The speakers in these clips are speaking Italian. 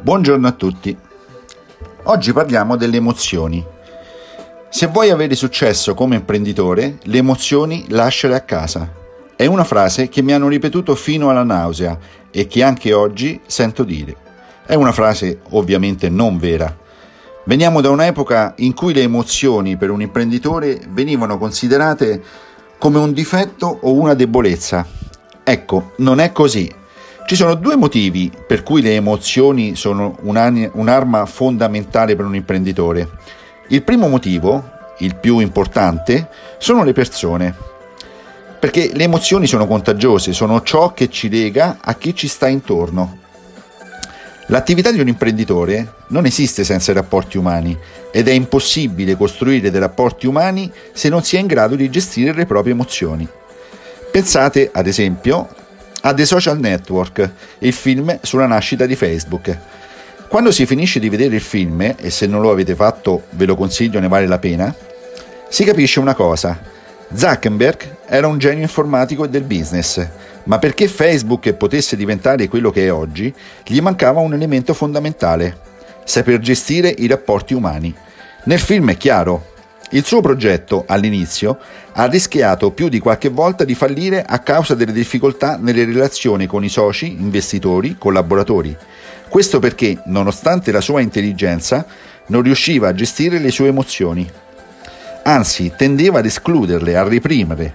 Buongiorno a tutti. Oggi parliamo delle emozioni. Se vuoi avere successo come imprenditore, le emozioni lasciale a casa. È una frase che mi hanno ripetuto fino alla nausea e che anche oggi sento dire. È una frase ovviamente non vera. Veniamo da un'epoca in cui le emozioni per un imprenditore venivano considerate come un difetto o una debolezza. Ecco, non è così. Ci sono due motivi per cui le emozioni sono un'arma fondamentale per un imprenditore. Il primo motivo, il più importante, sono le persone. Perché le emozioni sono contagiose, sono ciò che ci lega a chi ci sta intorno. L'attività di un imprenditore non esiste senza i rapporti umani ed è impossibile costruire dei rapporti umani se non si è in grado di gestire le proprie emozioni. Pensate, ad esempio, a The Social Network, il film sulla nascita di Facebook. Quando si finisce di vedere il film, e se non lo avete fatto ve lo consiglio, ne vale la pena, si capisce una cosa: Zuckerberg era un genio informatico e del business, ma perché Facebook potesse diventare quello che è oggi, gli mancava un elemento fondamentale: saper gestire i rapporti umani. Nel film è chiaro. Il suo progetto, all'inizio, ha rischiato più di qualche volta di fallire a causa delle difficoltà nelle relazioni con i soci, investitori, collaboratori. Questo perché, nonostante la sua intelligenza, non riusciva a gestire le sue emozioni. Anzi, tendeva ad escluderle, a reprimerle.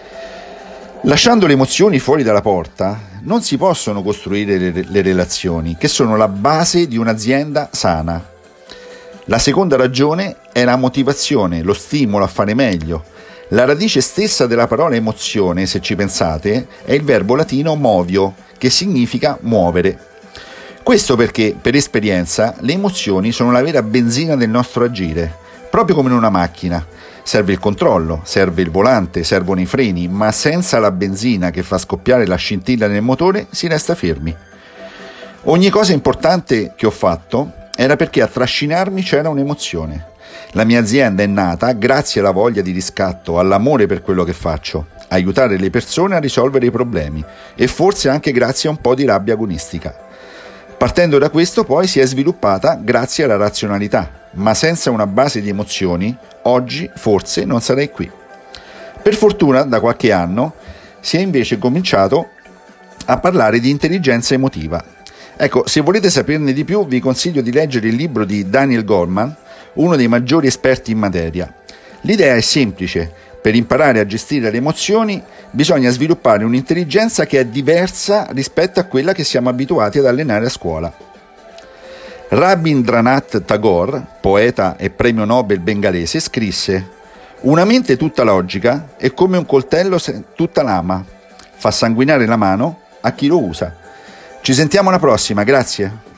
Lasciando le emozioni fuori dalla porta, non si possono costruire le relazioni, che sono la base di un'azienda sana. La seconda ragione è la motivazione, lo stimolo a fare meglio. La radice stessa della parola emozione, se ci pensate, è il verbo latino movio, che significa muovere. Questo perché, per esperienza, le emozioni sono la vera benzina del nostro agire, proprio come in una macchina. Serve il controllo, serve il volante, servono i freni, ma senza la benzina che fa scoppiare la scintilla nel motore si resta fermi. Ogni cosa importante che ho fatto era perché a trascinarmi c'era un'emozione. La mia azienda è nata grazie alla voglia di riscatto, all'amore per quello che faccio, aiutare le persone a risolvere i problemi e forse anche grazie a un po' di rabbia agonistica. Partendo da questo poi si è sviluppata grazie alla razionalità, ma senza una base di emozioni oggi forse non sarei qui. Per fortuna da qualche anno si è invece cominciato a parlare di intelligenza emotiva. Ecco, se volete saperne di più vi consiglio di leggere il libro di Daniel Goleman, uno dei maggiori esperti in materia. L'idea è semplice: per imparare a gestire le emozioni bisogna sviluppare un'intelligenza che è diversa rispetto a quella che siamo abituati ad allenare a scuola. Rabindranath Tagore, poeta e premio Nobel bengalese, scrisse: «Una mente tutta logica è come un coltello tutta lama, fa sanguinare la mano a chi lo usa». Ci sentiamo alla prossima, grazie.